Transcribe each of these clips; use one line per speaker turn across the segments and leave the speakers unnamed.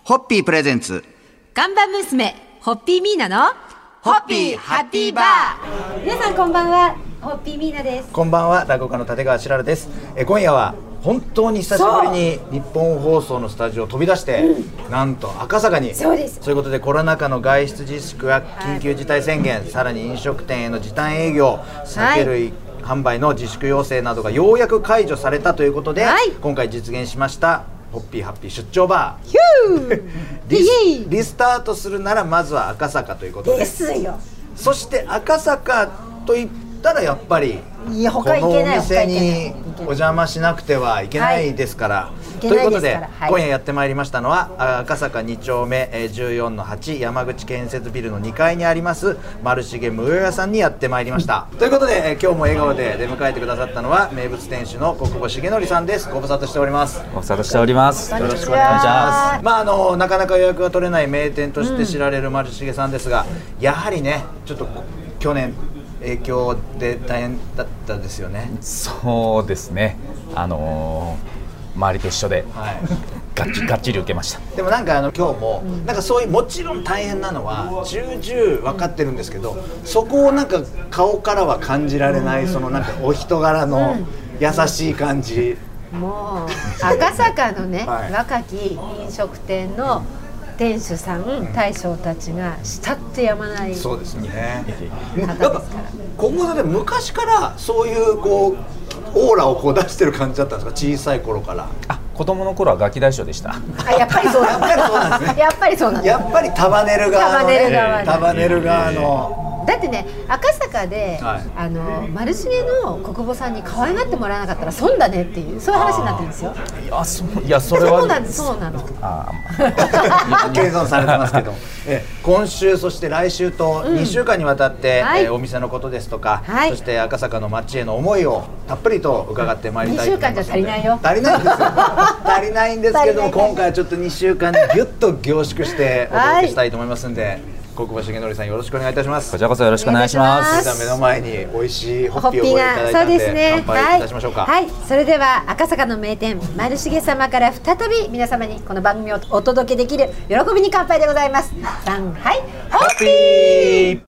ホッピープレゼンツ
看板娘ホッピーミーナの
ホッピーハッピーバー。
皆さんこんばんは、ホッピーミーナです。
こんばんは、落語家の立川しららです。今夜は本当に久しぶりに日本放送のスタジオを飛び出して、なんと赤坂に。
そうです。
そういうことで、コロナ禍の外出自粛や緊急事態宣言、さらに飲食店への時短営業、酒類販売の自粛要請などがようやく解除されたということで、今回実現しましたホッピーハッピー出張バーリスタートするならまずは赤坂ということ
ですよ。
そして赤坂といったらやっぱりこのお店にお邪魔しなくてはいけないですから、ということで今夜やってまいりましたのは赤坂2丁目 14-8 山口建設ビルの2階にあります丸重無用屋さんにやってまいりました。ということで今日も笑顔で出迎えてくださったのは名物店主の国保重則さんです。ご無沙汰しております。
ご無沙汰しております。
よろしくお願いします。なかなか予約が取れない名店として知られる丸重さんですが、やはりねちょっと去年影響で大変だったですよね。
そうですね、周りと一緒で、がっちり受けました。
でもなんか今日もなんかそういう、もちろん大変なのは重々分かってるんですけど、そこをなんか顔からは感じられない、そのなんかお人柄の優しい感じ、
もう赤坂のね、若き飲食店の店主さん、大将たちが慕ってやまない。
そうですね。
方ですから。
ここで昔からそういうこうオーラをこう出してる感じだったんですか、小さい頃から。
子供の頃はガキ大将でした。
やっぱりそうなんですね。やっぱりそうなんです。
やっぱり束ねる側のね、束ねる側の。
だってね、赤坂で、丸重の国母さんに可愛がってもらわなかったら損だねっていう、そういう話になってるんですよ。
いやそれは
そうなの。
計算されてますけど、今週そして来週と2週間にわたって、お店のことですとか、そして赤坂の街への思いをたっぷりと伺ってまいりたいと思います。
2週間じゃ足りないよ。
足りないんですよ。足りないんですけども、今回はちょっと2週間にギュッと凝縮してお届けしたいと思いますんで、国保重則さんよろしくお願いいたします。
こちらこそよろしくお願いします。
それでは目の前に美味しいホッピーをご用意いただいたので、乾杯いたしましょうか。
はい、それでは赤坂の名店丸重様から再び皆様にこの番組をお届けできる喜びに乾杯でございます。ホッピー。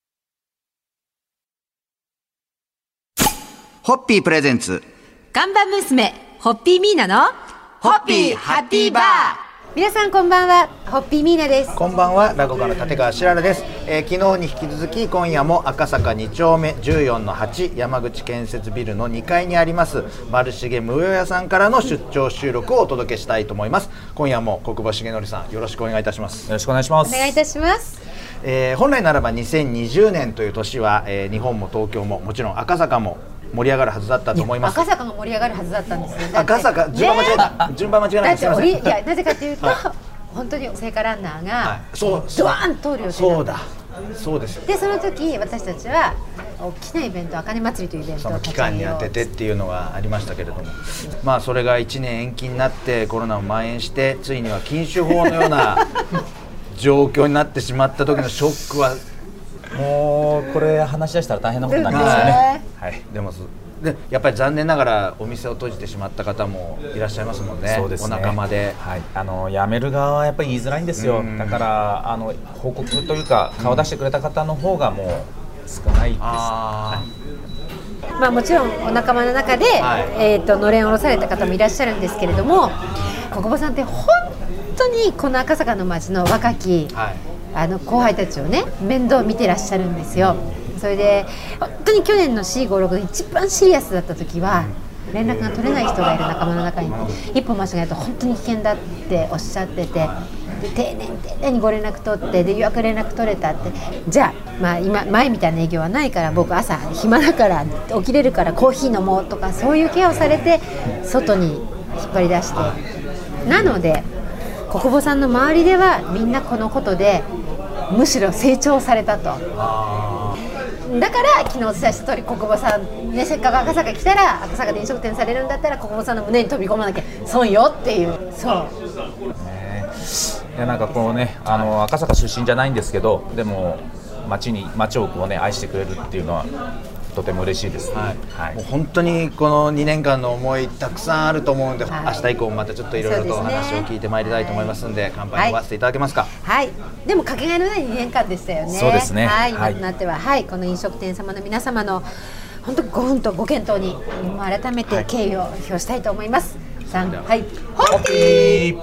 ホッピープレゼンツ
看板娘ホッピーミーナの
ホッピーハッピーバー。
皆さんこんばんは、ホッピーミーナです。
こんばんは、落語家の立川しららです。昨日に引き続き今夜も赤坂2丁目 14-8 山口建設ビルの2階にあります丸重無用屋さんからの出張収録をお届けしたいと思います。今夜も国保重則さんよろしくお願いいたします。
よろしくお願いします。
お願いいたします。
本来ならば2020年という年は、日本も東京ももちろん赤坂も盛り上がるはずだったと思います。
赤坂が盛り上がるはずだったんですね。
赤坂、順番間違えない。すみません。
いや、なぜかというと、本当に聖火ランナーがドワーン通る予定
そうだ、そうですよ。
でその時私たちは大きなイベント、あかね祭りというイベントを
その期間に当ててっていうのがありましたけれども、まあそれが1年延期になってコロナも蔓延して、ついには禁酒法のような状況になってしまった時のショックは
もうこれ話し出したら大変なことになりますよね。
でやっぱり残念ながらお店を閉じてしまった方もいらっしゃいますもんね。
そうですね。
お仲間で、
辞める側はやっぱり言いづらいんですよ。だから報告というか顔出してくれた方の方がもう少ないです。ま
あもちろんお仲間の中で、のれんを下ろされた方もいらっしゃるんですけれども、国母さんって本当にこの赤坂の街の若き、後輩たちをね面倒見てらっしゃるんですよ。それで本当に去年の C56 で一番シリアスだった時は連絡が取れない人がいる仲間の中に一歩間違えると本当に危険だっておっしゃってて、で丁寧にご連絡取って、で予約連絡取れたって、じゃあ、今前みたいな営業はないから僕朝暇だから起きれるからコーヒー飲もうとか、そういうケアをされて外に引っ張り出して、なので国母さんの周りではみんなこのことでむしろ成長されたと。だから昨日お伝えした通り、国母さん、ね、せっかく赤坂来たら赤坂で飲食店されるんだったら国母さんの胸に飛び込まなきゃ損よっていう。そう
いやなんかこうね、赤坂出身じゃないんですけど、でも街をこうね愛してくれるっていうのはとても嬉しいです。
はい、もう本当にこの2年間の思いたくさんあると思うんで、明日以降もまたちょっといろいろとお話を聞いてまいりたいと思いますので、乾杯をわせていただけますか。
はい、でもかけがえのない2年間でしたよね。
そうですね。
はい、今となっては、この飲食店様の皆様の本当ご奮闘ご健闘に改めて敬意を表したいと思います。3、はい、ホッピー。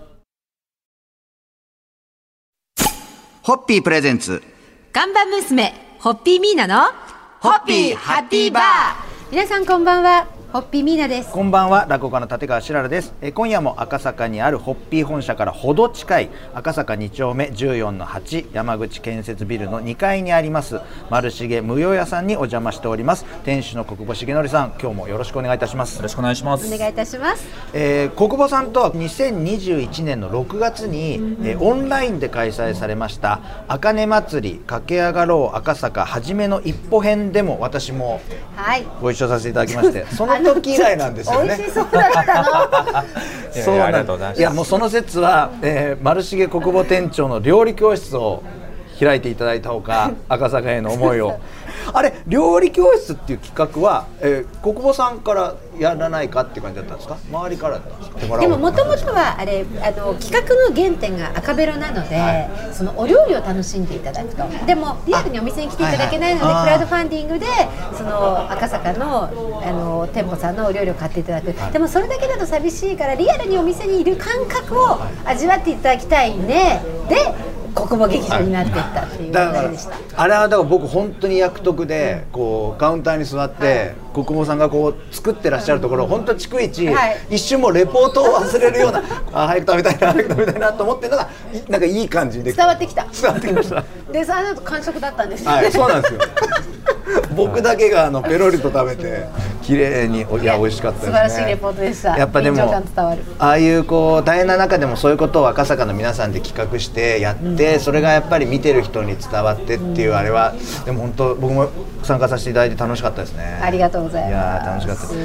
ホッピープレゼンツ
看板娘ホッピーミーナのホッピーハッピーバー。皆さんこんばんは、ホッピーミーナです。
こんばんは、落語家の立川しららです。今夜も赤坂にあるホッピー本社からほど近い赤坂2丁目 14-8 山口建設ビルの2階にあります丸重無用屋さんにお邪魔しております。店主の国保重則さん、今日もよろしくお願いいたします。
よろしくお願いします。
お願いいたします。
国保さんとは2021年の6月に、オンラインで開催されました茜祭り駆け上がろう赤坂はじめの一歩編でも私もご一緒させていただきまして、その時以来なんですよね。
美味しそうだったの。
そうなんです。いや、もうその説は、丸重国保店長の料理教室を開いていただいたほか赤坂への思いをあれ、料理教室っていう企画は、国保さんからやらないかっていう感じだったんですか、周りからだったんですか。
でももともとはあれ企画の原点が赤ベロなので、そのお料理を楽しんでいただくと。でもリアルにお店に来ていただけないので、クラウドファンディングでその赤坂の店舗さんのお料理を買っていただく。でもそれだけだと寂しいから、リアルにお店にいる感覚を味わっていただきたいねで国保劇場になっていったっていう流れでした。
あれはだから僕本当に役得で、こうカウンターに座って、国保さんがこう作ってらっしゃるところ、本当逐一、一瞬もうレポートを忘れるような早く食べたいな早く食べたいなと思ってるのがなんかいい感じで
伝わってきた。
伝わってきました。
で、その後完食だったんですよ。
はい、そうなんですよ。僕だけがペロリと食べて綺麗に、いや美味しかったですね。
素晴らしいレポートでした。
やっぱでもああいうこう大変な中でもそういうことを赤坂の皆さんで企画してやって、それがやっぱり見てる人に伝わってっていう、あれはでも本当僕も参加させていただいて楽しかったですね。
ありがとうございます。
いや楽しかったです。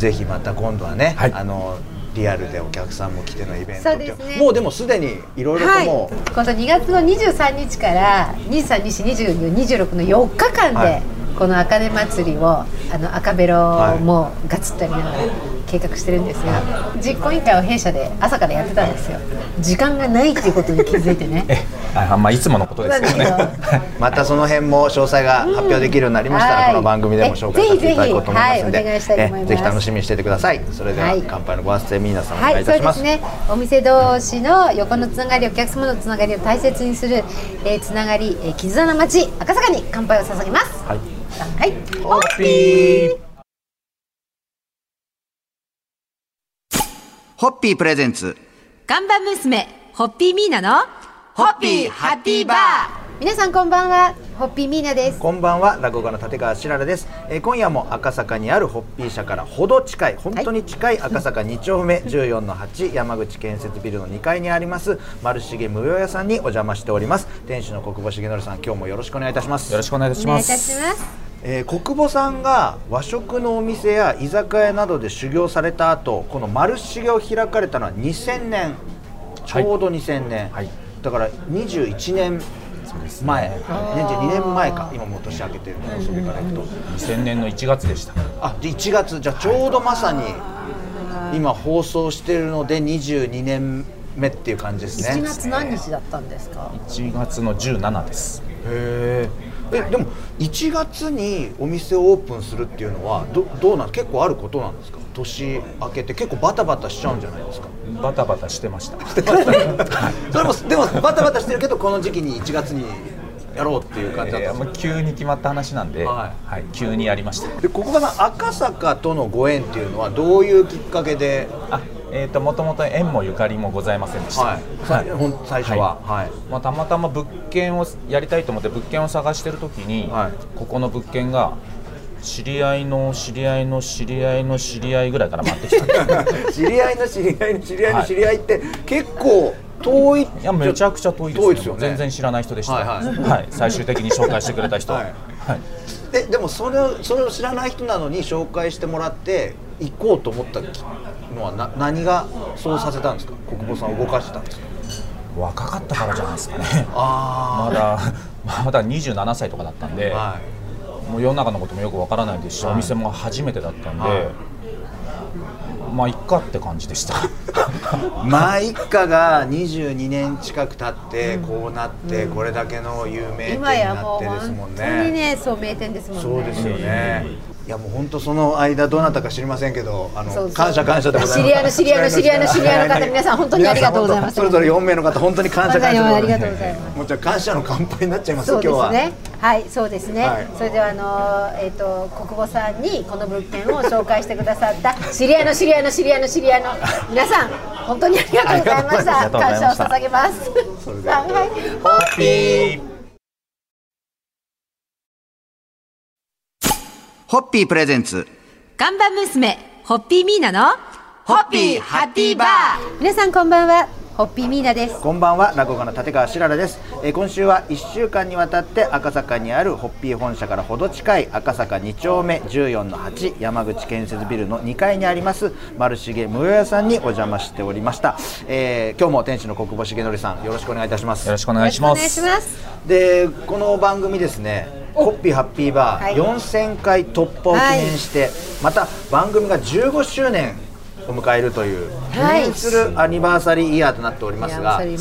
ぜひまた今度はね、リアルでお客さんも来てのイベント。
そうですね。
もうでもすでにいろいろともう、
今度2月の23日から23、24、26の4日間で、この茜祭りを赤ベロもガツッとやりながら計画してるんですが、実行委員会を弊社で朝からやってたんですよ。時間がないっていうことに気づいてね。
まあいつものことですよね。
またその辺も詳細が発表できるようになりましたら、この番組でも紹介させていただこうと思いますので、ぜひ楽しみにしていてください。それでは乾杯のご発声、皆さんお願いいたします。
そうですね。お店同士の横のつながり、お客様のつながりを大切にする、つながり、絆の街赤坂に乾杯を捧げます。はい、
ホッピー。ホッピープレゼンツ
看板娘ホッピーミーナのホッピーハッピーバー。皆さんこんばんは、ホッピーミーナです。
こんばんは、落語家の立川しららです。今夜も赤坂にあるホッピー社からほど近い、本当に近い赤坂2丁目 14-8 山口建設ビルの2階にあります丸重無用屋さんにお邪魔しております。店主の国保重則さん、今日もよろしくお願いいたします。
よろしくお願いいたします。
国保さんが和食のお店や居酒屋などで修行された後、この丸重を開かれたのは2000年、ちょうど2000年、だから21年前、22年前か、今もう年明けてるの、それから
2000年の1月でした。
1月、じゃあちょうどまさに今放送してるので22年目っていう感じですね。
1月何日だったんですか
？1月の17です。
へえ。でも1月にお店をオープンするっていうのはどうなん、結構あることなんですか？年明けて結構バタバタしちゃうんじゃないですか？
バタバタしてました。
それもでもバタバタしてるけど、この時期に1月にやろうっていう感じだったんですか？
急に決まった話なんで、急にやりました。
で、国保さん、赤坂とのご縁っていうのはどういうきっかけで？
もともと縁もゆかりもございませんでした。
最初は、
たまたま物件をやりたいと思って物件を探してるときに、ここの物件が知り合いの知り合いの知り合いの知り合いぐらいから回ってきたんです。
知り合いの知り合いの知り合いの知り合いって結構遠い。い
や、めちゃくちゃ遠いですよね。全然知らない人でした。最終的に紹介してくれた人。
でもそれを知らない人なのに紹介してもらって行こうと思ったのは何がそうさせたんですか？国保さんを動かしたんですか？
若かったからじゃないですかね。まだ27歳とかだったんで、 もう世の中のこともよくわからないですし、お店も初めてだったんで、まあいっかって感じでした
まあ一家が22年近く経ってこうなってこれだけの有名店になってですもんね。
今やもう本当にね、そう名店ですもんね。
そうですよね。いやもう本当その間どなたか知りませんけど、感謝でございます。
知り合いの知り合いの知り合いの知り合いの方、皆さん本当にありがとうございます。
それぞれ4名の方本当に感謝
ありがとうございます。
もうじゃあ感謝の乾杯になっちゃいます。
そう
今日は。
ですね。はい、そうですね。それでは国保さんにこの物件を紹介してくださった知り合いの知り合いの知り合いの知り合いの皆さん、本当にありがとうございました。感謝を捧げます。
それでは
ホッピー。
ホッピープレゼンツ
看板娘ホッピーミーナの
ホッピーハッピーバー。
皆さんこんばんは、ホッピーミーナです。
こんばんは、落語家の立川しららです。今週は1週間にわたって赤坂にあるホッピー本社からほど近い赤坂2丁目 14-8 山口建設ビルの2階にあります丸重無用屋さんにお邪魔しておりました。今日も店主の国保重則さん、よろしくお願いいたします。
よろしくお願いします。
でこの番組ですね、ホッピーハッピーバー4000回突破を記念して、また番組が15周年を迎えるという記念するアニバーサリーイヤーとなっておりますが、
で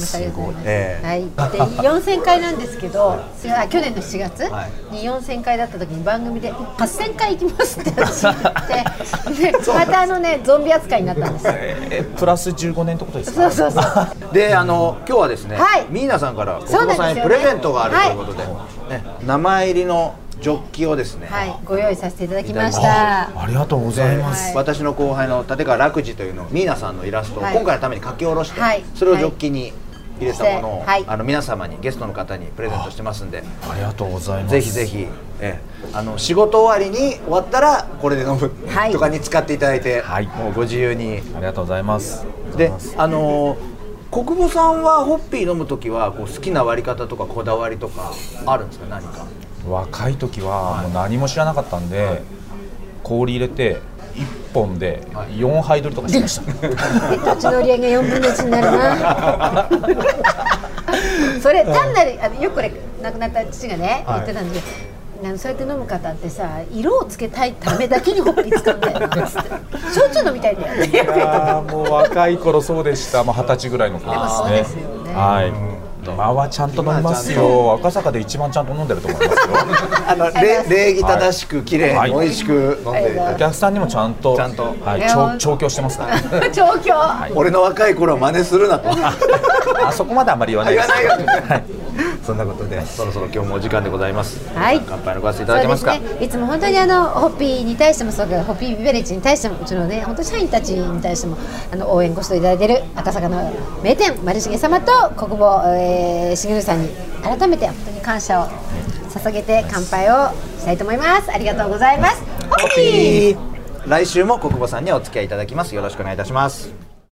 4000回なんですけど、去年の7月に4000回だった時に番組で8000回行きますって話になってまたゾンビ扱いになったんです。
プラス15年ってことですか。
そう
で今日はですね、ミーナさんから国保さんにプレゼントがあるということで、名前入りのジョッキをですね、
ご用意させていただきました。
ありがとうございます。
私の後輩の立川楽寺というのミーナさんのイラストを今回のために書き下ろして、それをジョッキに入れたものを皆様に、ゲストの方にプレゼントしてますんで、
ありがとうございます。
ぜひぜひ仕事終わりに終わったらこれで飲むとかに使っていただいて、もうご自由に。
ありがとうございます。
で国保さんはホッピー飲むときは好きな割り方とかこだわりとかあるんですか？何か。
若い時はもう何も知らなかったんで、氷入れて1本で4杯取りとかしました。
土地の売り上げ4分の1になるなそれ単なるよくこれ亡くなった父がね言ってたんで、そうやって飲む方ってさ、色をつけたいためだけにホッピー使うんだよって焼酎飲みたいんだよね。
もう若い頃そうでした。20歳ぐらいの頃ですね。今はちゃんと飲みますよ。赤坂で一番ちゃんと飲んでると思いますよ。
礼儀正しく綺麗に美味しく飲んで、
お客さんにもちゃんと調教してますから。
調教。
俺の若い頃は真似するなと。
あそこまであんまり言わないです。
そんなことでそろそろ今日もお時間でございます。
乾
杯のご挨拶いただけますか。
いつも本当にホッピーに対してもそうだ、ホッピービベレッジに対しても、うちのね本当社員たちに対しても応援ご指導いただいている赤坂の名店丸重様と国保重則さんに改めて本当に感謝を捧げて乾杯をしたいと思います。ありがとうございます。ホッピー。
来週も国保さんにお付き合いいただきます。よろしくお願いいたします。